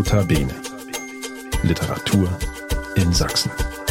Notabene. Literatur in Sachsen.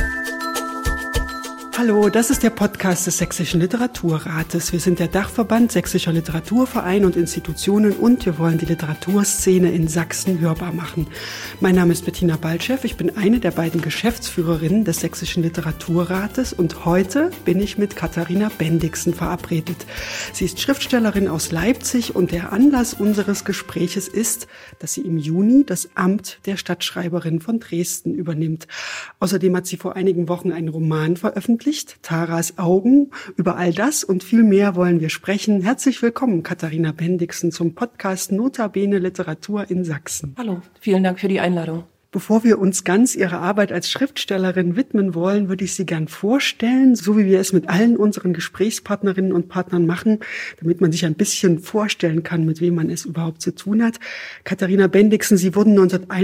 Hallo, das ist der Podcast des Sächsischen Literaturrates. Wir sind der Dachverband sächsischer Literaturvereine und Institutionen und wir wollen die Literaturszene in Sachsen hörbar machen. Mein Name ist Bettina Baltschew, ich bin eine der beiden Geschäftsführerinnen des Sächsischen Literaturrates und heute bin ich mit Katharina Bendixen verabredet. Sie ist Schriftstellerin aus Leipzig und der Anlass unseres Gespräches ist, dass sie im Juni das Amt der Stadtschreiberin von Dresden übernimmt. Außerdem hat sie vor einigen Wochen einen Roman veröffentlicht, Taras Augen. Über all das und viel mehr wollen wir sprechen. Herzlich willkommen, Katharina Bendixen, zum Podcast Notabene Literatur in Sachsen. Hallo, vielen Dank für die Einladung. Bevor wir uns ganz Ihrer Arbeit als Schriftstellerin widmen wollen, würde ich Sie gern vorstellen, so wie wir es mit allen unseren Gesprächspartnerinnen und Partnern machen, damit man sich ein bisschen vorstellen kann, mit wem man es überhaupt zu tun hat. Katharina Bendixen, Sie wurden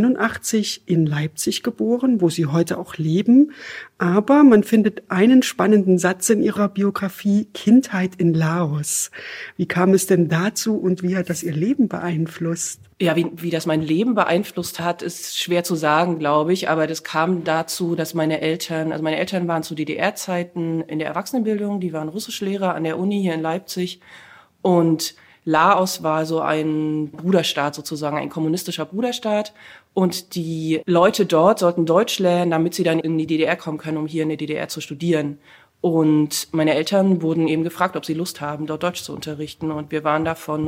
1981 in Leipzig geboren, wo Sie heute auch leben. Aber man findet einen spannenden Satz in Ihrer Biografie, Kindheit in Laos. Wie kam es denn dazu und wie hat das Ihr Leben beeinflusst? Ja, wie das mein Leben beeinflusst hat, ist schwer zu sagen, glaube ich. Aber das kam dazu, dass meine Eltern waren zu DDR-Zeiten in der Erwachsenenbildung. Die waren Russischlehrer an der Uni hier in Leipzig. Und Laos war so ein Bruderstaat sozusagen, ein kommunistischer Bruderstaat. Und die Leute dort sollten Deutsch lernen, damit sie dann in die DDR kommen können, um hier in der DDR zu studieren. Und meine Eltern wurden eben gefragt, ob sie Lust haben, dort Deutsch zu unterrichten. Und wir waren da von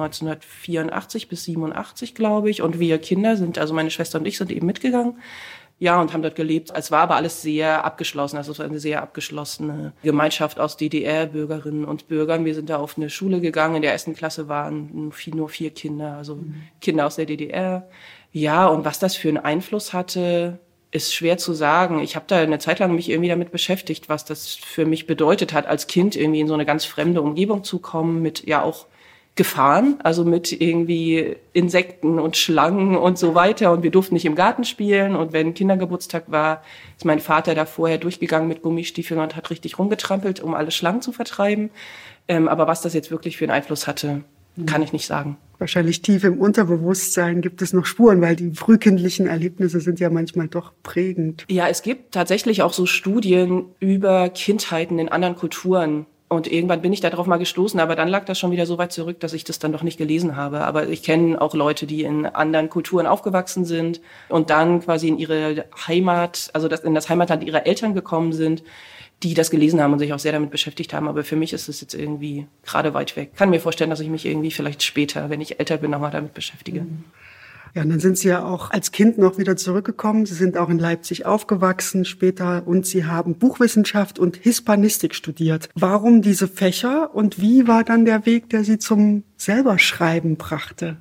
1984 bis 87, glaube ich. Und wir Kinder also meine Schwester und ich sind eben mitgegangen. Ja, und haben dort gelebt. Es war aber alles sehr abgeschlossen. Also es war eine sehr abgeschlossene Gemeinschaft aus DDR-Bürgerinnen und Bürgern. Wir sind da auf eine Schule gegangen. In der ersten Klasse waren nur 4 Kinder, also Kinder aus der DDR. Ja, und was das für einen Einfluss hatte, ist schwer zu sagen. Ich habe da eine Zeit lang mich irgendwie damit beschäftigt, was das für mich bedeutet hat, als Kind irgendwie in so eine ganz fremde Umgebung zu kommen, mit ja auch Gefahren, also mit irgendwie Insekten und Schlangen und so weiter. Und wir durften nicht im Garten spielen. Und wenn Kindergeburtstag war, ist mein Vater da vorher durchgegangen mit Gummistiefeln und hat richtig rumgetrampelt, um alle Schlangen zu vertreiben. Aber was das jetzt wirklich für einen Einfluss hatte, kann ich nicht sagen. Wahrscheinlich tief im Unterbewusstsein gibt es noch Spuren, weil die frühkindlichen Erlebnisse sind ja manchmal doch prägend. Ja, es gibt tatsächlich auch so Studien über Kindheiten in anderen Kulturen. Und irgendwann bin ich darauf mal gestoßen, aber dann lag das schon wieder so weit zurück, dass ich das dann doch nicht gelesen habe. Aber ich kenne auch Leute, die in anderen Kulturen aufgewachsen sind und dann quasi in ihre Heimat, also in das Heimatland ihrer Eltern gekommen sind, die das gelesen haben und sich auch sehr damit beschäftigt haben. Aber für mich ist es jetzt irgendwie gerade weit weg. Kann mir vorstellen, dass ich mich irgendwie vielleicht später, wenn ich älter bin, nochmal damit beschäftige. Ja, und dann sind Sie ja auch als Kind noch wieder zurückgekommen. Sie sind auch in Leipzig aufgewachsen später und Sie haben Buchwissenschaft und Hispanistik studiert. Warum diese Fächer und wie war dann der Weg, der Sie zum Selberschreiben brachte?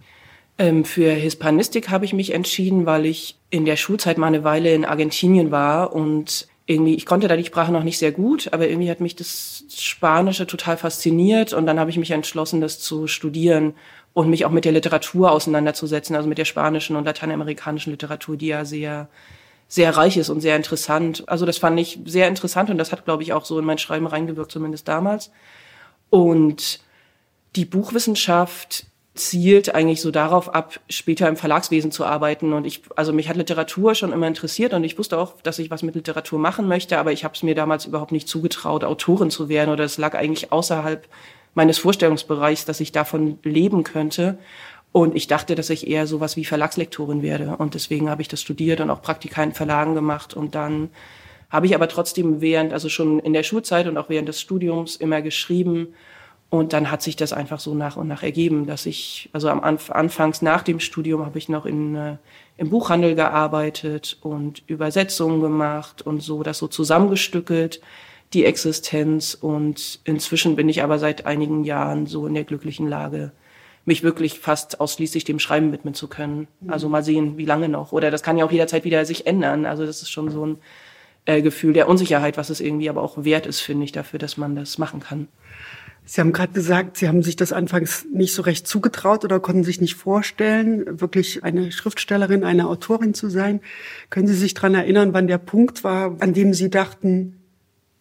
Für Hispanistik habe ich mich entschieden, weil ich in der Schulzeit mal eine Weile in Argentinien war und irgendwie, ich konnte da die Sprache noch nicht sehr gut, aber irgendwie hat mich das Spanische total fasziniert und dann habe ich mich entschlossen, das zu studieren und mich auch mit der Literatur auseinanderzusetzen, also mit der spanischen und lateinamerikanischen Literatur, die ja sehr, sehr reich ist und sehr interessant. Also das fand ich sehr interessant und das hat, glaube ich, auch so in mein Schreiben reingewirkt, zumindest damals. Und die Buchwissenschaft zielt eigentlich so darauf ab, später im Verlagswesen zu arbeiten. Und mich hat Literatur schon immer interessiert und ich wusste auch, dass ich was mit Literatur machen möchte, aber ich habe es mir damals überhaupt nicht zugetraut, Autorin zu werden oder es lag eigentlich außerhalb meines Vorstellungsbereichs, dass ich davon leben könnte. Und ich dachte, dass ich eher sowas wie Verlagslektorin werde. Und deswegen habe ich das studiert und auch Praktika in Verlagen gemacht. Und dann habe ich aber trotzdem also schon in der Schulzeit und auch während des Studiums immer geschrieben. Und dann hat sich das einfach so nach und nach ergeben, dass anfangs nach dem Studium habe ich noch im Buchhandel gearbeitet und Übersetzungen gemacht und so das so zusammengestückelt, die Existenz. Und inzwischen bin ich aber seit einigen Jahren so in der glücklichen Lage, mich wirklich fast ausschließlich dem Schreiben widmen zu können. Also mal sehen, wie lange noch. Oder das kann ja auch jederzeit wieder sich ändern. Also das ist schon so ein Gefühl der Unsicherheit, was es irgendwie aber auch wert ist, finde ich, dafür, dass man das machen kann. Sie haben gerade gesagt, Sie haben sich das anfangs nicht so recht zugetraut oder konnten sich nicht vorstellen, wirklich eine Schriftstellerin, eine Autorin zu sein. Können Sie sich daran erinnern, wann der Punkt war, an dem Sie dachten,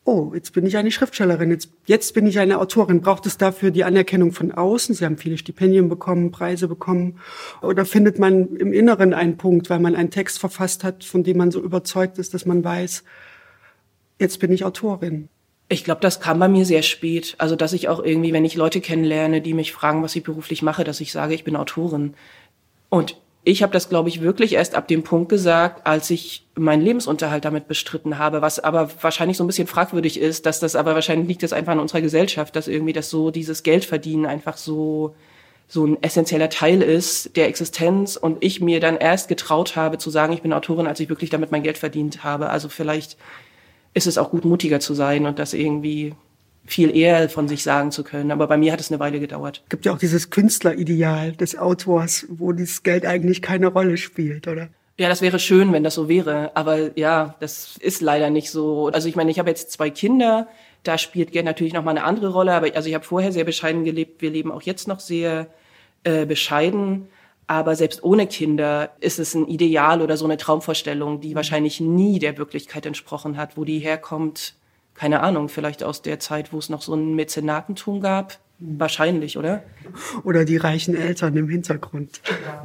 oh, jetzt bin ich eine Schriftstellerin, jetzt bin ich eine Autorin. Braucht es dafür die Anerkennung von außen? Sie haben viele Stipendien bekommen, Preise bekommen. Oder findet man im Inneren einen Punkt, weil man einen Text verfasst hat, von dem man so überzeugt ist, dass man weiß, jetzt bin ich Autorin? Ich glaube, das kam bei mir sehr spät. Also, dass ich auch irgendwie, wenn ich Leute kennenlerne, die mich fragen, was ich beruflich mache, dass ich sage, ich bin Autorin. Und ich habe das, glaube ich, wirklich erst ab dem Punkt gesagt, als ich meinen Lebensunterhalt damit bestritten habe, was aber wahrscheinlich so ein bisschen fragwürdig ist, dass das aber wahrscheinlich liegt das einfach an unserer Gesellschaft, dass irgendwie das so, dieses Geldverdienen einfach so ein essentieller Teil ist der Existenz und ich mir dann erst getraut habe zu sagen, ich bin Autorin, als ich wirklich damit mein Geld verdient habe. Also vielleicht ist es auch gut, mutiger zu sein und das irgendwie viel eher von sich sagen zu können. Aber bei mir hat es eine Weile gedauert. Es gibt ja auch dieses Künstlerideal des Autors, wo dieses Geld eigentlich keine Rolle spielt, oder? Ja, das wäre schön, wenn das so wäre. Aber ja, das ist leider nicht so. Also ich meine, ich habe jetzt 2 Kinder. Da spielt Geld natürlich noch mal eine andere Rolle. Aber also ich habe vorher sehr bescheiden gelebt. Wir leben auch jetzt noch sehr bescheiden. Aber selbst ohne Kinder ist es ein Ideal oder so eine Traumvorstellung, die wahrscheinlich nie der Wirklichkeit entsprochen hat. Wo die herkommt, keine Ahnung, vielleicht aus der Zeit, wo es noch so ein Mäzenatentum gab. Wahrscheinlich, oder? Oder die reichen Eltern im Hintergrund. Ja.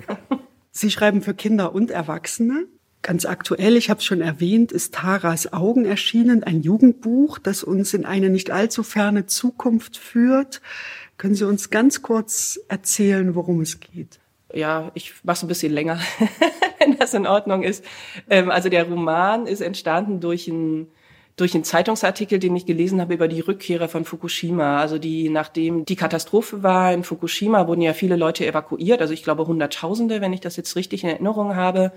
Sie schreiben für Kinder und Erwachsene. Ganz aktuell, ich habe es schon erwähnt, ist Taras Augen erschienen, ein Jugendbuch, das uns in eine nicht allzu ferne Zukunft führt. Können Sie uns ganz kurz erzählen, worum es geht? Ja, ich mache es ein bisschen länger, wenn das in Ordnung ist. Also der Roman ist entstanden durch einen Zeitungsartikel, den ich gelesen habe über die Rückkehrer von Fukushima. Also nachdem die Katastrophe war in Fukushima, wurden ja viele Leute evakuiert. Also ich glaube Hunderttausende, wenn ich das jetzt richtig in Erinnerung habe.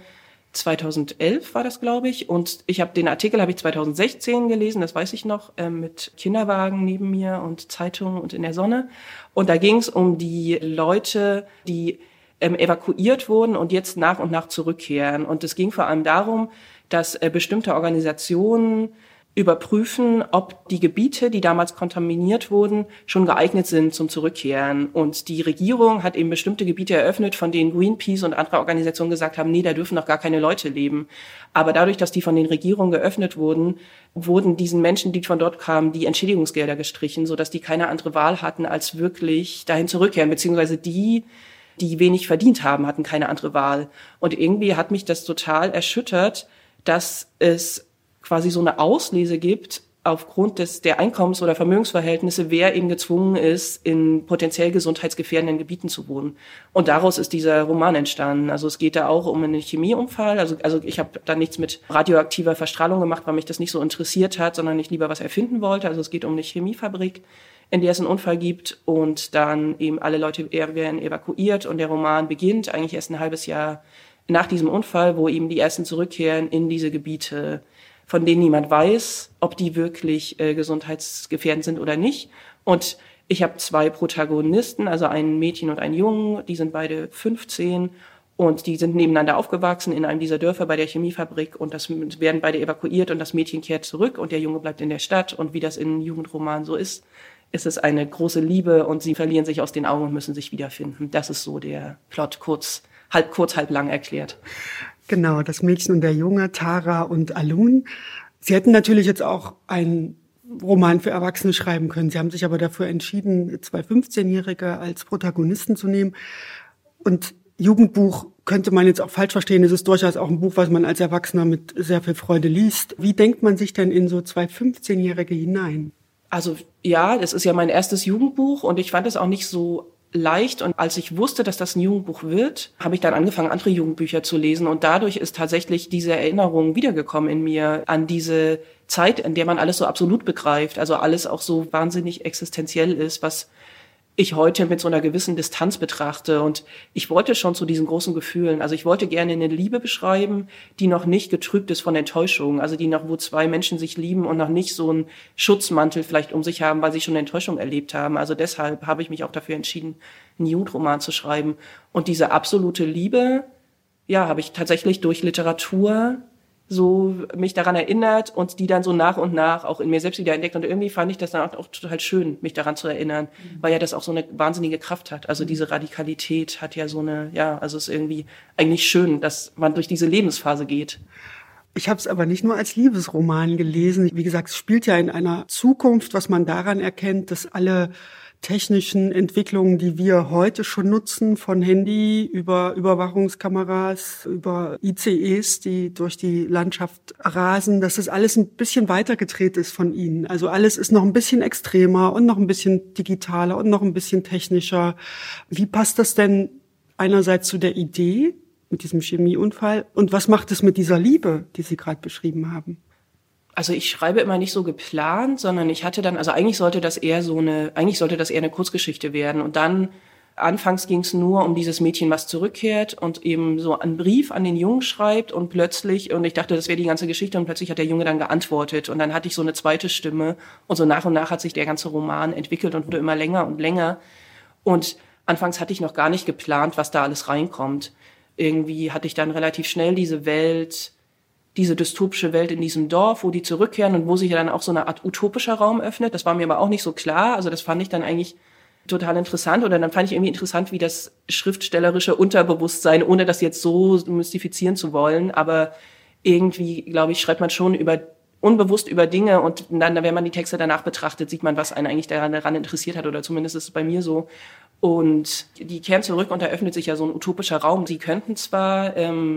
2011 war das, glaube ich. Und den Artikel habe ich 2016 gelesen, das weiß ich noch, mit Kinderwagen neben mir und Zeitung und in der Sonne. Und da ging es um die Leute, die evakuiert wurden und jetzt nach und nach zurückkehren. Und es ging vor allem darum, dass bestimmte Organisationen überprüfen, ob die Gebiete, die damals kontaminiert wurden, schon geeignet sind zum Zurückkehren. Und die Regierung hat eben bestimmte Gebiete eröffnet, von denen Greenpeace und andere Organisationen gesagt haben, nee, da dürfen noch gar keine Leute leben. Aber dadurch, dass die von den Regierungen geöffnet wurden, wurden diesen Menschen, die von dort kamen, die Entschädigungsgelder gestrichen, sodass die keine andere Wahl hatten, als wirklich dahin zurückkehren. Beziehungsweise die wenig verdient haben, hatten keine andere Wahl. Und irgendwie hat mich das total erschüttert, dass es quasi so eine Auslese gibt aufgrund der Einkommens- oder Vermögensverhältnisse, wer eben gezwungen ist, in potenziell gesundheitsgefährdenden Gebieten zu wohnen. Und daraus ist dieser Roman entstanden. Also es geht da auch um einen Chemieunfall. Also ich habe da nichts mit radioaktiver Verstrahlung gemacht, weil mich das nicht so interessiert hat, sondern ich lieber was erfinden wollte. Also es geht um eine Chemiefabrik, in der es einen Unfall gibt und dann eben alle Leute werden evakuiert und der Roman beginnt eigentlich erst ein halbes Jahr nach diesem Unfall, wo eben die ersten zurückkehren in diese Gebiete, von denen niemand weiß, ob die wirklich gesundheitsgefährdend sind oder nicht. Und ich habe 2 Protagonisten, also ein Mädchen und einen Jungen, die sind beide 15 und die sind nebeneinander aufgewachsen in einem dieser Dörfer bei der Chemiefabrik und das werden beide evakuiert und das Mädchen kehrt zurück und der Junge bleibt in der Stadt und wie das in Jugendromanen so ist es eine große Liebe und sie verlieren sich aus den Augen und müssen sich wiederfinden. Das ist so der Plot, halb lang erklärt. Genau, das Mädchen und der Junge, Tara und Alun. Sie hätten natürlich jetzt auch einen Roman für Erwachsene schreiben können. Sie haben sich aber dafür entschieden, 2 15-Jährige als Protagonisten zu nehmen. Und Jugendbuch könnte man jetzt auch falsch verstehen. Es ist durchaus auch ein Buch, was man als Erwachsener mit sehr viel Freude liest. Wie denkt man sich denn in so 2 15-Jährige hinein? Also ja, das ist ja mein erstes Jugendbuch und ich fand es auch nicht so leicht. Und als ich wusste, dass das ein Jugendbuch wird, habe ich dann angefangen, andere Jugendbücher zu lesen. Und dadurch ist tatsächlich diese Erinnerung wiedergekommen in mir an diese Zeit, in der man alles so absolut begreift. Also alles auch so wahnsinnig existenziell ist, was ich heute mit so einer gewissen Distanz betrachte. Und ich wollte schon zu diesen großen Gefühlen, also ich wollte gerne eine Liebe beschreiben, die noch nicht getrübt ist von Enttäuschung, also die noch, wo 2 Menschen sich lieben und noch nicht so einen Schutzmantel vielleicht um sich haben, weil sie schon Enttäuschung erlebt haben. Also deshalb habe ich mich auch dafür entschieden, einen Jugendroman zu schreiben. Und diese absolute Liebe, ja, habe ich tatsächlich durch Literatur so mich daran erinnert und die dann so nach und nach auch in mir selbst wieder entdeckt. Und irgendwie fand ich das dann auch total schön, mich daran zu erinnern, weil ja das auch so eine wahnsinnige Kraft hat. Also diese Radikalität hat ja so eine, ja, also es ist irgendwie eigentlich schön, dass man durch diese Lebensphase geht. Ich habe es aber nicht nur als Liebesroman gelesen. Wie gesagt, es spielt ja in einer Zukunft, was man daran erkennt, dass alle technischen Entwicklungen, die wir heute schon nutzen, von Handy über Überwachungskameras, über ICEs, die durch die Landschaft rasen, dass das alles ein bisschen weitergedreht ist von ihnen. Also alles ist noch ein bisschen extremer und noch ein bisschen digitaler und noch ein bisschen technischer. Wie passt das denn einerseits zu der Idee mit diesem Chemieunfall und was macht es mit dieser Liebe, die Sie gerade beschrieben haben? Also ich schreibe immer nicht so geplant, sondern ich hatte dann, also eigentlich sollte das eher eine Kurzgeschichte werden. Und dann, anfangs ging es nur um dieses Mädchen, was zurückkehrt und eben so einen Brief an den Jungen schreibt und ich dachte, das wäre die ganze Geschichte und plötzlich hat der Junge dann geantwortet und dann hatte ich so eine zweite Stimme und so nach und nach hat sich der ganze Roman entwickelt und wurde immer länger und länger. Und anfangs hatte ich noch gar nicht geplant, was da alles reinkommt. Irgendwie hatte ich dann relativ schnell diese dystopische Welt in diesem Dorf, wo die zurückkehren und wo sich dann auch so eine Art utopischer Raum öffnet. Das war mir aber auch nicht so klar. Also das fand ich dann eigentlich total interessant. Oder dann fand ich irgendwie interessant, wie das schriftstellerische Unterbewusstsein, ohne das jetzt so mystifizieren zu wollen, aber irgendwie, glaube ich, schreibt man schon unbewusst über Dinge und dann, wenn man die Texte danach betrachtet, sieht man, was einen eigentlich daran interessiert hat. Oder zumindest ist es bei mir so. Und die kehren zurück und da öffnet sich ja so ein utopischer Raum. Sie könnten zwar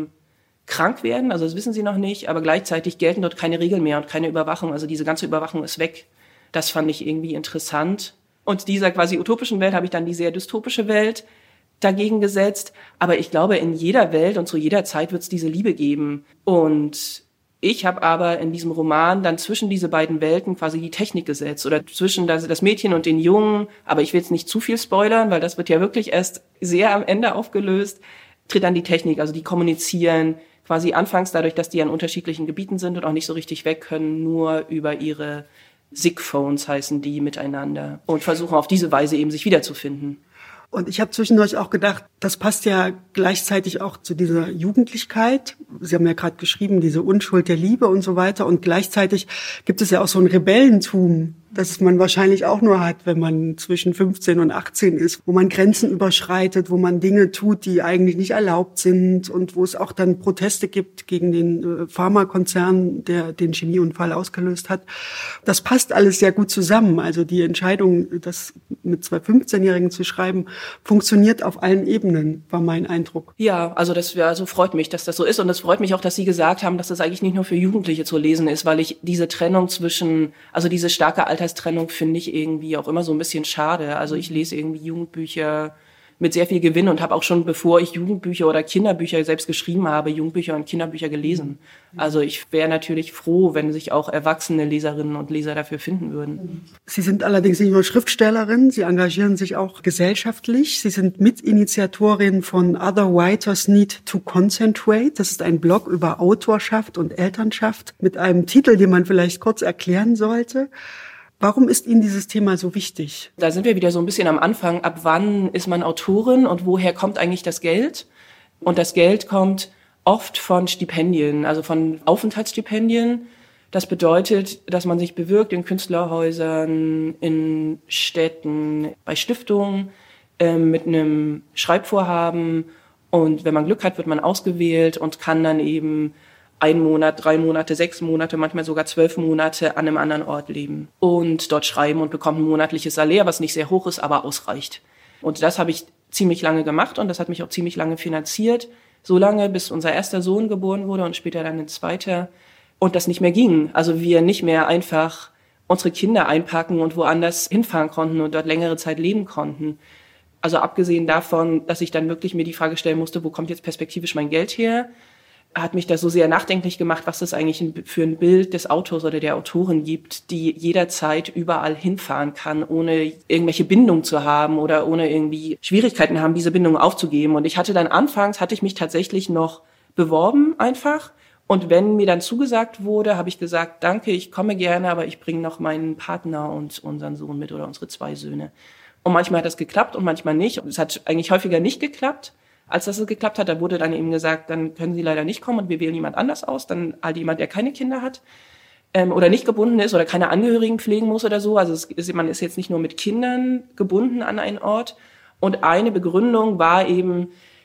krank werden, also das wissen sie noch nicht, aber gleichzeitig gelten dort keine Regeln mehr und keine Überwachung. Also diese ganze Überwachung ist weg. Das fand ich irgendwie interessant. Und dieser quasi utopischen Welt habe ich dann die sehr dystopische Welt dagegen gesetzt. Aber ich glaube, in jeder Welt und zu jeder Zeit wird es diese Liebe geben. Und ich habe aber in diesem Roman dann zwischen diese beiden Welten quasi die Technik gesetzt oder zwischen das Mädchen und den Jungen. Aber ich will jetzt nicht zu viel spoilern, weil das wird ja wirklich erst sehr am Ende aufgelöst. Tritt dann die Technik, also die kommunizieren quasi anfangs dadurch, dass die an unterschiedlichen Gebieten sind und auch nicht so richtig weg können, nur über ihre SIG-Phones heißen die miteinander und versuchen auf diese Weise eben sich wiederzufinden. Und ich habe zwischendurch auch gedacht, das passt ja gleichzeitig auch zu dieser Jugendlichkeit. Sie haben ja gerade geschrieben, diese Unschuld der Liebe und so weiter. Und gleichzeitig gibt es ja auch so ein Rebellentum, das man wahrscheinlich auch nur hat, wenn man zwischen 15 und 18 ist, wo man Grenzen überschreitet, wo man Dinge tut, die eigentlich nicht erlaubt sind und wo es auch dann Proteste gibt gegen den Pharmakonzern, der den Chemieunfall ausgelöst hat. Das passt alles sehr gut zusammen. Also die Entscheidung, das mit 2 15-Jährigen zu schreiben, funktioniert auf allen Ebenen, war mein Eindruck. Ja, also freut mich, dass das so ist und es freut mich auch, dass Sie gesagt haben, dass das eigentlich nicht nur für Jugendliche zu lesen ist, weil ich diese Trennung also diese starke Alterstrennung finde ich irgendwie auch immer so ein bisschen schade. Also ich lese irgendwie Jugendbücher mit sehr viel Gewinn und habe auch schon, bevor ich Jugendbücher oder Kinderbücher selbst geschrieben habe, Jugendbücher und Kinderbücher gelesen. Also ich wäre natürlich froh, wenn sich auch erwachsene Leserinnen und Leser dafür finden würden. Sie sind allerdings nicht nur Schriftstellerin, Sie engagieren sich auch gesellschaftlich. Sie sind Mitinitiatorin von Other Writers Need to Concentrate. Das ist ein Blog über Autorschaft und Elternschaft mit einem Titel, den man vielleicht kurz erklären sollte. Warum ist Ihnen dieses Thema so wichtig? Da sind wir wieder so ein bisschen am Anfang. Ab wann ist man Autorin und woher kommt eigentlich das Geld? Und das Geld kommt oft von Stipendien, also von Aufenthaltsstipendien. Das bedeutet, dass man sich bewirbt in Künstlerhäusern, in Städten, bei Stiftungen mit einem Schreibvorhaben. Und wenn man Glück hat, wird man ausgewählt und kann dann eben 1 Monat, 3 Monate, 6 Monate, manchmal sogar 12 Monate an einem anderen Ort leben und dort schreiben und bekommt ein monatliches Salär, was nicht sehr hoch ist, aber ausreicht. Und das habe ich ziemlich lange gemacht und das hat mich auch ziemlich lange finanziert. So lange, bis unser erster Sohn geboren wurde und später dann ein zweiter. Und das nicht mehr ging. Also wir nicht mehr einfach unsere Kinder einpacken und woanders hinfahren konnten und dort längere Zeit leben konnten. Also abgesehen davon, dass ich dann wirklich mir die Frage stellen musste, wo kommt jetzt perspektivisch mein Geld her, hat mich das so sehr nachdenklich gemacht, was das eigentlich für ein Bild des Autors oder der Autorin gibt, die jederzeit überall hinfahren kann, ohne irgendwelche Bindung zu haben oder ohne irgendwie Schwierigkeiten haben, diese Bindung aufzugeben. Und anfangs hatte ich mich tatsächlich noch beworben einfach. Und wenn mir dann zugesagt wurde, habe ich gesagt, danke, ich komme gerne, aber ich bringe noch meinen Partner und unseren Sohn mit oder unsere 2 Söhne. Und manchmal hat das geklappt und manchmal nicht. Es hat eigentlich häufiger nicht geklappt. Als das geklappt hat, da wurde dann eben gesagt, dann können Sie leider nicht kommen und wir wählen jemand anders aus, dann halt jemand, der keine Kinder hat oder nicht gebunden ist oder keine Angehörigen pflegen muss oder so. Also man ist jetzt nicht nur mit Kindern gebunden an einen Ort. Und eine Begründung war eben,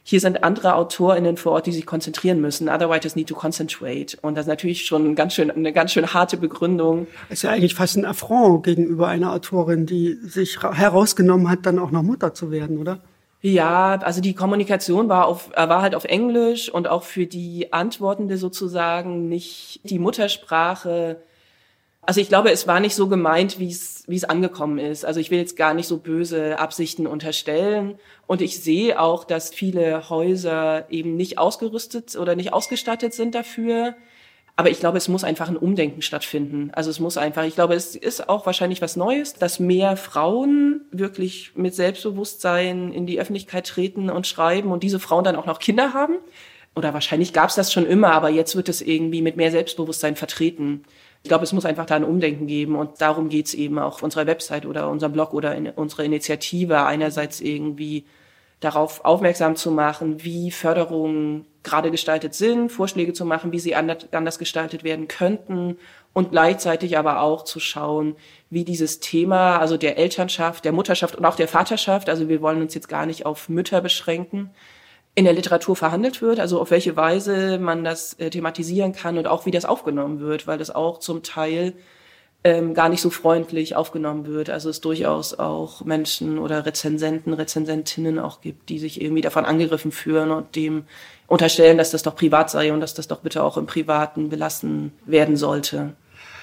hier sind andere AutorInnen vor Ort, die sich konzentrieren müssen. Other writers need to concentrate. Und das ist natürlich schon eine ganz schön harte Begründung. Es ist ja eigentlich fast ein Affront gegenüber einer Autorin, die sich herausgenommen hat, dann auch noch Mutter zu werden, oder? Ja, also die Kommunikation war halt auf Englisch und auch für die Antwortende sozusagen nicht die Muttersprache. Also ich glaube, es war nicht so gemeint, wie es angekommen ist. Also ich will jetzt gar nicht so böse Absichten unterstellen. Und ich sehe auch, dass viele Häuser eben nicht ausgerüstet oder nicht ausgestattet sind dafür. Aber ich glaube, es muss einfach ein Umdenken stattfinden. Also ich glaube, es ist auch wahrscheinlich was Neues, dass mehr Frauen wirklich mit Selbstbewusstsein in die Öffentlichkeit treten und schreiben und diese Frauen dann auch noch Kinder haben. Oder wahrscheinlich gab es das schon immer, aber jetzt wird es irgendwie mit mehr Selbstbewusstsein vertreten. Ich glaube, es muss einfach da ein Umdenken geben und darum geht's eben auch auf unserer Website oder unserem Blog oder in unserer Initiative, einerseits irgendwie darauf aufmerksam zu machen, wie Förderungen gerade gestaltet sind, Vorschläge zu machen, wie sie anders gestaltet werden könnten und gleichzeitig aber auch zu schauen, wie dieses Thema, also der Elternschaft, der Mutterschaft und auch der Vaterschaft, also wir wollen uns jetzt gar nicht auf Mütter beschränken, in der Literatur verhandelt wird, also auf welche Weise man das thematisieren kann und auch wie das aufgenommen wird, weil das auch zum Teil gar nicht so freundlich aufgenommen wird. Also es durchaus auch Menschen oder Rezensentinnen auch gibt, die sich irgendwie davon angegriffen fühlen und dem unterstellen, dass das doch privat sei und dass das doch bitte auch im Privaten belassen werden sollte.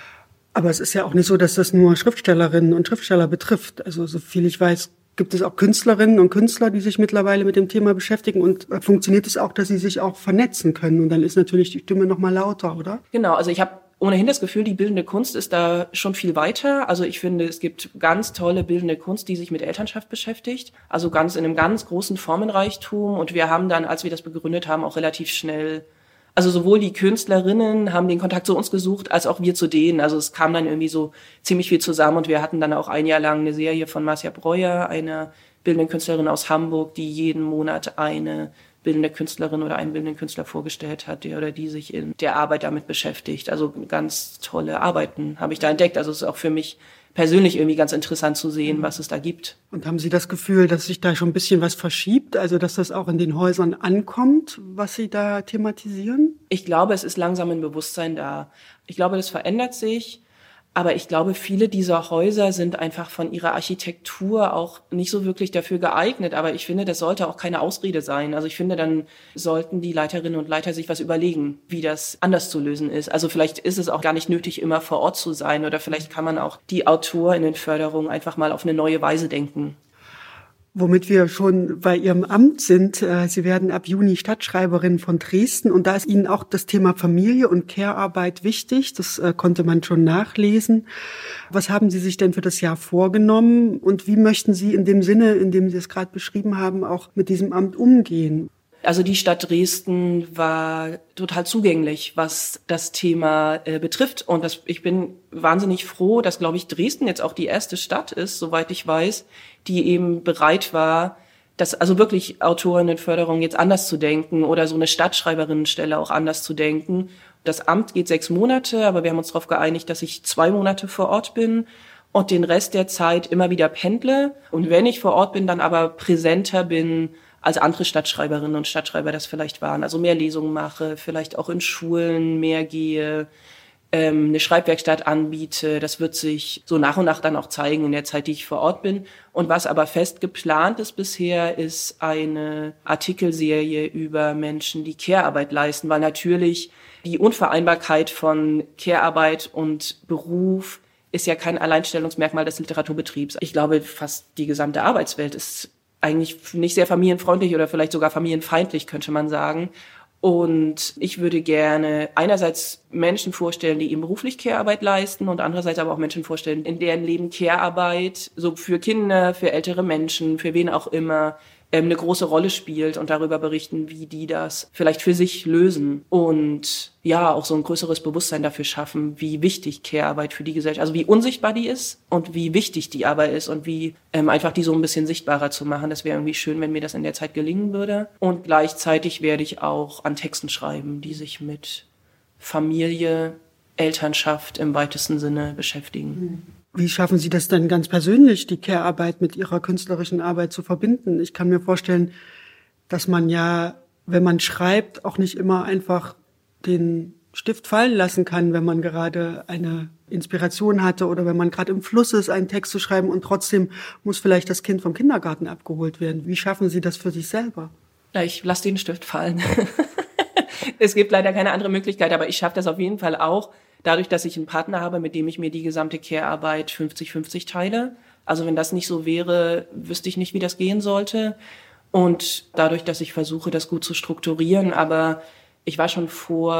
Aber es ist ja auch nicht so, dass das nur Schriftstellerinnen und Schriftsteller betrifft. Also so viel ich weiß, gibt es auch Künstlerinnen und Künstler, die sich mittlerweile mit dem Thema beschäftigen und funktioniert es auch, dass sie sich auch vernetzen können und dann ist natürlich die Stimme noch mal lauter, oder? Genau, also ich habe ohnehin das Gefühl, die bildende Kunst ist da schon viel weiter. Also ich finde, es gibt ganz tolle bildende Kunst, die sich mit Elternschaft beschäftigt, also in einem ganz großen Formenreichtum und wir haben dann, als wir das begründet haben, auch relativ schnell, also sowohl die Künstlerinnen haben den Kontakt zu uns gesucht, als auch wir zu denen. Also es kam dann irgendwie so ziemlich viel zusammen und wir hatten dann auch ein Jahr lang eine Serie von Marcia Breuer, einer bildenden Künstlerin aus Hamburg, die jeden Monat eine bildende Künstlerin oder einen bildenden Künstler vorgestellt hat, der oder die sich in der Arbeit damit beschäftigt. Also ganz tolle Arbeiten habe ich da entdeckt. Also es ist auch für mich persönlich irgendwie ganz interessant zu sehen, was es da gibt. Und haben Sie das Gefühl, dass sich da schon ein bisschen was verschiebt? Also dass das auch in den Häusern ankommt, was Sie da thematisieren? Ich glaube, es ist langsam ein Bewusstsein da. Ich glaube, das verändert sich. Aber ich glaube, viele dieser Häuser sind einfach von ihrer Architektur auch nicht so wirklich dafür geeignet. Aber ich finde, das sollte auch keine Ausrede sein. Also ich finde, dann sollten die Leiterinnen und Leiter sich was überlegen, wie das anders zu lösen ist. Also vielleicht ist es auch gar nicht nötig, immer vor Ort zu sein. Oder vielleicht kann man auch die AutorInnenförderung einfach mal auf eine neue Weise denken. Womit wir schon bei Ihrem Amt sind. Sie werden ab Juni Stadtschreiberin von Dresden und da ist Ihnen auch das Thema Familie und Care-Arbeit wichtig. Das konnte man schon nachlesen. Was haben Sie sich denn für das Jahr vorgenommen und wie möchten Sie in dem Sinne, in dem Sie es gerade beschrieben haben, auch mit diesem Amt umgehen? Also die Stadt Dresden war total zugänglich, was das Thema betrifft. Und ich bin wahnsinnig froh, dass, glaube ich, Dresden jetzt auch die erste Stadt ist, soweit ich weiß, die eben bereit war, das also wirklich Autorinnenförderung jetzt anders zu denken oder so eine Stadtschreiberinnenstelle auch anders zu denken. Das Amt geht 6 Monate, aber wir haben uns darauf geeinigt, dass ich 2 Monate vor Ort bin und den Rest der Zeit immer wieder pendle. Und wenn ich vor Ort bin, dann aber präsenter bin, als andere Stadtschreiberinnen und Stadtschreiber das vielleicht waren. Also mehr Lesungen mache, vielleicht auch in Schulen mehr gehe, eine Schreibwerkstatt anbiete. Das wird sich so nach und nach dann auch zeigen in der Zeit, die ich vor Ort bin. Und was aber fest geplant ist bisher, ist eine Artikelserie über Menschen, die Care-Arbeit leisten, weil natürlich die Unvereinbarkeit von Care-Arbeit und Beruf ist ja kein Alleinstellungsmerkmal des Literaturbetriebs. Ich glaube, fast die gesamte Arbeitswelt ist eigentlich nicht sehr familienfreundlich oder vielleicht sogar familienfeindlich, könnte man sagen. Und ich würde gerne einerseits Menschen vorstellen, die eben beruflich Care-Arbeit leisten und andererseits aber auch Menschen vorstellen, in deren Leben Care-Arbeit so für Kinder, für ältere Menschen, für wen auch immer eine große Rolle spielt und darüber berichten, wie die das vielleicht für sich lösen und ja, auch so ein größeres Bewusstsein dafür schaffen, wie wichtig Care-Arbeit für die Gesellschaft, also wie unsichtbar die ist und wie wichtig die Arbeit ist und wie einfach die so ein bisschen sichtbarer zu machen. Das wäre irgendwie schön, wenn mir das in der Zeit gelingen würde. Und gleichzeitig werde ich auch an Texten schreiben, die sich mit Familie, Elternschaft im weitesten Sinne beschäftigen. Wie schaffen Sie das denn ganz persönlich, die Care-Arbeit mit Ihrer künstlerischen Arbeit zu verbinden? Ich kann mir vorstellen, dass man ja, wenn man schreibt, auch nicht immer einfach den Stift fallen lassen kann, wenn man gerade eine Inspiration hatte oder wenn man gerade im Fluss ist, einen Text zu schreiben und trotzdem muss vielleicht das Kind vom Kindergarten abgeholt werden. Wie schaffen Sie das für sich selber? Ja, ich lasse den Stift fallen. Es gibt leider keine andere Möglichkeit, aber ich schaffe das auf jeden Fall auch, dadurch, dass ich einen Partner habe, mit dem ich mir die gesamte Care-Arbeit 50-50 teile. Also wenn das nicht so wäre, wüsste ich nicht, wie das gehen sollte. Und dadurch, dass ich versuche, das gut zu strukturieren, aber ich war schon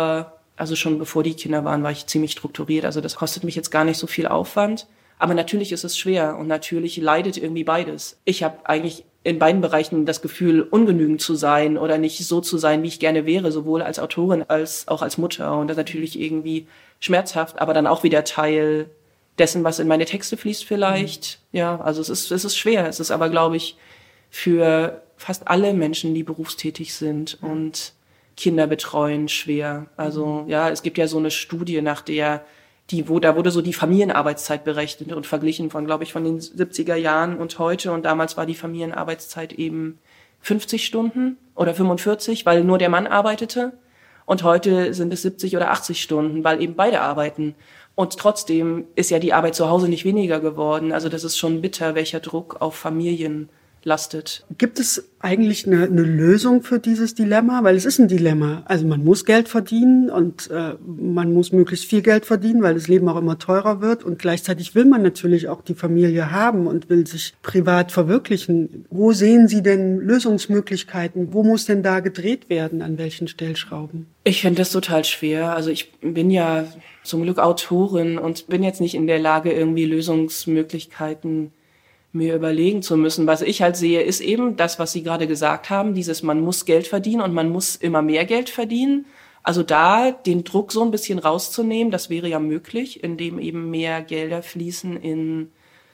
bevor die Kinder waren, war ich ziemlich strukturiert. Also das kostet mich jetzt gar nicht so viel Aufwand. Aber natürlich ist es schwer und natürlich leidet irgendwie beides. Ich habe eigentlich in beiden Bereichen das Gefühl, ungenügend zu sein oder nicht so zu sein, wie ich gerne wäre, sowohl als Autorin als auch als Mutter. Und das ist natürlich irgendwie schmerzhaft, aber dann auch wieder Teil dessen, was in meine Texte fließt vielleicht. Ja, also es ist schwer. Es ist aber, glaube ich, für fast alle Menschen, die berufstätig sind und Kinder betreuen, schwer. Also ja, es gibt ja so eine Studie, nach der da wurde so die Familienarbeitszeit berechnet und verglichen von den 70er Jahren und heute. Und damals war die Familienarbeitszeit eben 50 Stunden oder 45, weil nur der Mann arbeitete. Und heute sind es 70 oder 80 Stunden, weil eben beide arbeiten. Und trotzdem ist ja die Arbeit zu Hause nicht weniger geworden. Also das ist schon bitter, welcher Druck auf Familien lastet. Gibt es eigentlich eine Lösung für dieses Dilemma? Weil es ist ein Dilemma. Also man muss Geld verdienen und man muss möglichst viel Geld verdienen, weil das Leben auch immer teurer wird. Und gleichzeitig will man natürlich auch die Familie haben und will sich privat verwirklichen. Wo sehen Sie denn Lösungsmöglichkeiten? Wo muss denn da gedreht werden? An welchen Stellschrauben? Ich finde das total schwer. Also ich bin ja zum Glück Autorin und bin jetzt nicht in der Lage, irgendwie Lösungsmöglichkeiten mir überlegen zu müssen. Was ich halt sehe, ist eben das, was Sie gerade gesagt haben, man muss Geld verdienen und man muss immer mehr Geld verdienen. Also da den Druck so ein bisschen rauszunehmen, das wäre ja möglich, indem eben mehr Gelder fließen in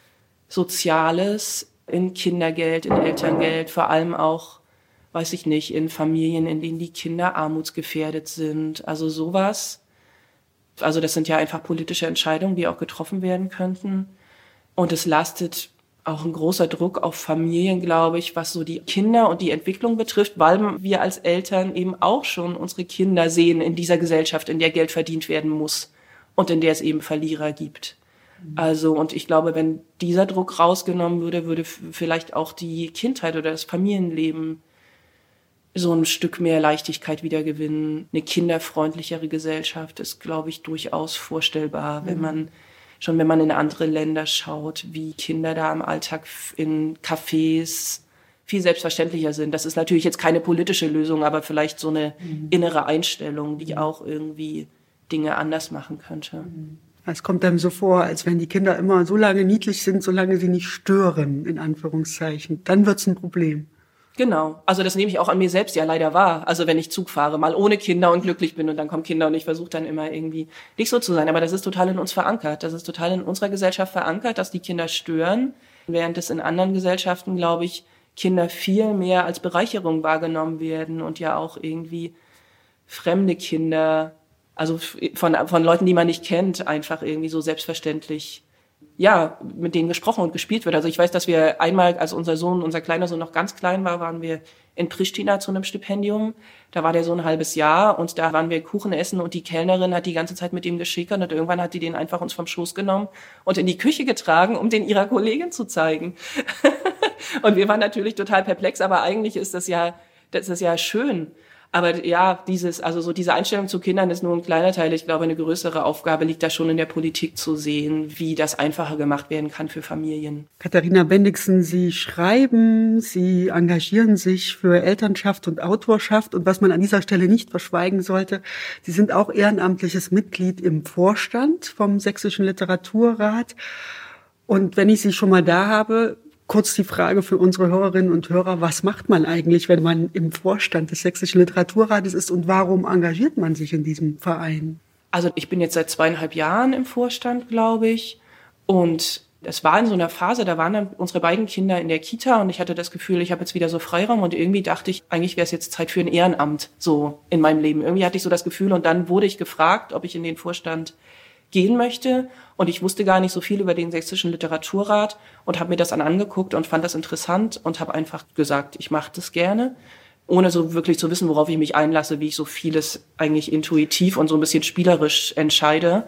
Soziales, in Kindergeld, in Elterngeld, vor allem auch, weiß ich nicht, in Familien, in denen die Kinder armutsgefährdet sind. Also sowas. Also das sind ja einfach politische Entscheidungen, die auch getroffen werden könnten. Und es lastet auch ein großer Druck auf Familien, glaube ich, was so die Kinder und die Entwicklung betrifft, weil wir als Eltern eben auch schon unsere Kinder sehen in dieser Gesellschaft, in der Geld verdient werden muss und in der es eben Verlierer gibt. Also, und ich glaube, wenn dieser Druck rausgenommen würde vielleicht auch die Kindheit oder das Familienleben so ein Stück mehr Leichtigkeit wieder gewinnen. Eine kinderfreundlichere Gesellschaft ist, glaube ich, durchaus vorstellbar, wenn man in andere Länder schaut, wie Kinder da im Alltag in Cafés viel selbstverständlicher sind. Das ist natürlich jetzt keine politische Lösung, aber vielleicht so eine innere Einstellung, die auch irgendwie Dinge anders machen könnte. Es kommt einem so vor, als wenn die Kinder immer so lange niedlich sind, solange sie nicht stören, in Anführungszeichen. Dann wird's ein Problem. Genau. Also das nehme ich auch an mir selbst ja leider wahr. Also wenn ich Zug fahre, mal ohne Kinder und glücklich bin und dann kommen Kinder und ich versuche dann immer irgendwie nicht so zu sein. Aber das ist total in uns verankert. Das ist total in unserer Gesellschaft verankert, dass die Kinder stören. Während es in anderen Gesellschaften, glaube ich, Kinder viel mehr als Bereicherung wahrgenommen werden und ja auch irgendwie fremde Kinder, also von Leuten, die man nicht kennt, einfach irgendwie so selbstverständlich mit denen gesprochen und gespielt wird. Also ich weiß, dass wir einmal, als unser kleiner Sohn noch ganz klein war, waren wir in Pristina zu einem Stipendium. Da war der so ein halbes Jahr und da waren wir Kuchen essen und die Kellnerin hat die ganze Zeit mit ihm geschickert und irgendwann hat die den einfach uns vom Schoß genommen und in die Küche getragen, um den ihrer Kollegin zu zeigen. Und wir waren natürlich total perplex, aber eigentlich ist das ja schön. Aber ja, diese Einstellung zu Kindern ist nur ein kleiner Teil. Ich glaube, eine größere Aufgabe liegt da schon in der Politik zu sehen, wie das einfacher gemacht werden kann für Familien. Katharina Bendixen, Sie schreiben, Sie engagieren sich für Elternschaft und Autorschaft. Und was man an dieser Stelle nicht verschweigen sollte, Sie sind auch ehrenamtliches Mitglied im Vorstand vom Sächsischen Literaturrat. Und wenn ich Sie schon mal da habe, kurz die Frage für unsere Hörerinnen und Hörer, was macht man eigentlich, wenn man im Vorstand des Sächsischen Literaturrates ist und warum engagiert man sich in diesem Verein? Also ich bin jetzt seit 2,5 Jahren im Vorstand, glaube ich. Und es war in so einer Phase, da waren dann unsere beiden Kinder in der Kita und ich hatte das Gefühl, ich habe jetzt wieder so Freiraum und irgendwie dachte ich, eigentlich wäre es jetzt Zeit für ein Ehrenamt so in meinem Leben. Irgendwie hatte ich so das Gefühl und dann wurde ich gefragt, ob ich in den Vorstand gehen möchte. Und ich wusste gar nicht so viel über den Sächsischen Literaturrat und habe mir das dann angeguckt und fand das interessant und habe einfach gesagt, ich mache das gerne. ohne so wirklich zu wissen, worauf ich mich einlasse, wie ich so vieles eigentlich intuitiv und so ein bisschen spielerisch entscheide.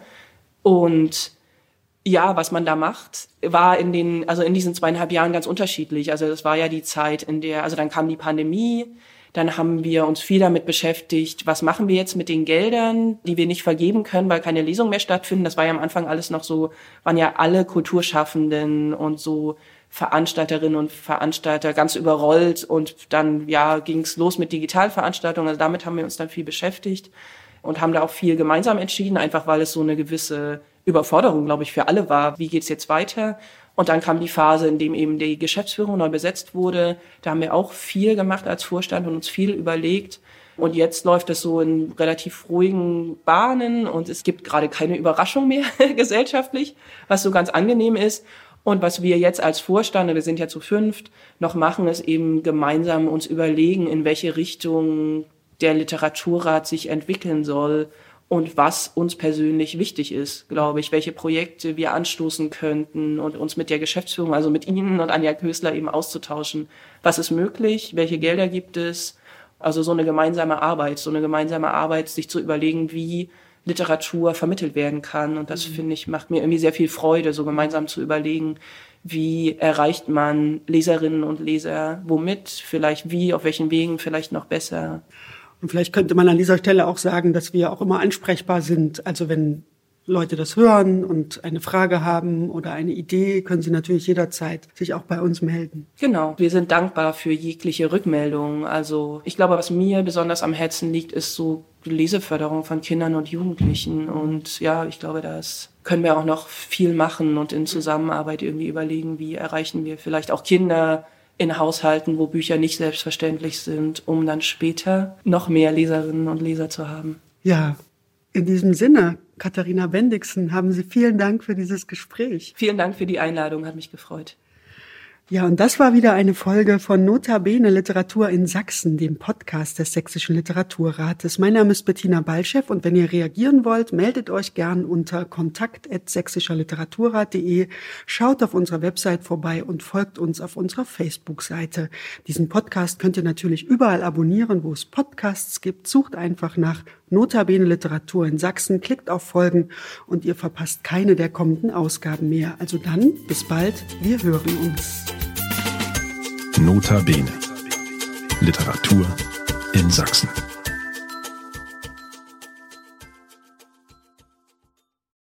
Und ja, was man da macht, war in diesen 2,5 Jahren ganz unterschiedlich. Also das war ja die Zeit, dann kam die Pandemie, dann haben wir uns viel damit beschäftigt, was machen wir jetzt mit den Geldern, die wir nicht vergeben können, weil keine Lesungen mehr stattfinden. Das war ja am Anfang alles noch so, waren ja alle Kulturschaffenden und so Veranstalterinnen und Veranstalter ganz überrollt und dann, ging es los mit Digitalveranstaltungen. Also damit haben wir uns dann viel beschäftigt und haben da auch viel gemeinsam entschieden, einfach weil es so eine gewisse Überforderung, glaube ich, für alle war. Wie geht's jetzt weiter? Und dann kam die Phase, in dem eben die Geschäftsführung neu besetzt wurde. Da haben wir auch viel gemacht als Vorstand und uns viel überlegt. Und jetzt läuft es so in relativ ruhigen Bahnen und es gibt gerade keine Überraschung mehr gesellschaftlich, was so ganz angenehm ist. Und was wir jetzt als Vorstand, wir sind ja zu 5, noch machen, ist eben gemeinsam uns überlegen, in welche Richtung der Literaturrat sich entwickeln soll und was uns persönlich wichtig ist, glaube ich, welche Projekte wir anstoßen könnten und uns mit der Geschäftsführung, also mit Ihnen und Anja Kösler eben auszutauschen. Was ist möglich? Welche Gelder gibt es? Also so eine gemeinsame Arbeit, sich zu überlegen, wie Literatur vermittelt werden kann. Und das, finde ich, macht mir irgendwie sehr viel Freude, so gemeinsam zu überlegen, wie erreicht man Leserinnen und Leser, womit, vielleicht wie, auf welchen Wegen, vielleicht noch besser. Und vielleicht könnte man an dieser Stelle auch sagen, dass wir auch immer ansprechbar sind. Also wenn Leute das hören und eine Frage haben oder eine Idee, können sie natürlich jederzeit sich auch bei uns melden. Genau, wir sind dankbar für jegliche Rückmeldung. Also ich glaube, was mir besonders am Herzen liegt, ist so die Leseförderung von Kindern und Jugendlichen. Und ja, ich glaube, das können wir auch noch viel machen und in Zusammenarbeit irgendwie überlegen, wie erreichen wir vielleicht auch Kinder in Haushalten, wo Bücher nicht selbstverständlich sind, um dann später noch mehr Leserinnen und Leser zu haben. Ja, in diesem Sinne, Katharina Bendixen, haben Sie vielen Dank für dieses Gespräch. Vielen Dank für die Einladung, hat mich gefreut. Ja, und das war wieder eine Folge von Nota Bene Literatur in Sachsen, dem Podcast des Sächsischen Literaturrates. Mein Name ist Bettina Balchev und wenn ihr reagieren wollt, meldet euch gern unter kontakt@sächsischerliteraturrat.de, schaut auf unserer Website vorbei und folgt uns auf unserer Facebook-Seite. Diesen Podcast könnt ihr natürlich überall abonnieren, wo es Podcasts gibt. Sucht einfach nach Nota Bene Literatur in Sachsen, klickt auf Folgen und ihr verpasst keine der kommenden Ausgaben mehr. Also dann, bis bald, wir hören uns. Nota Bene. Literatur in Sachsen.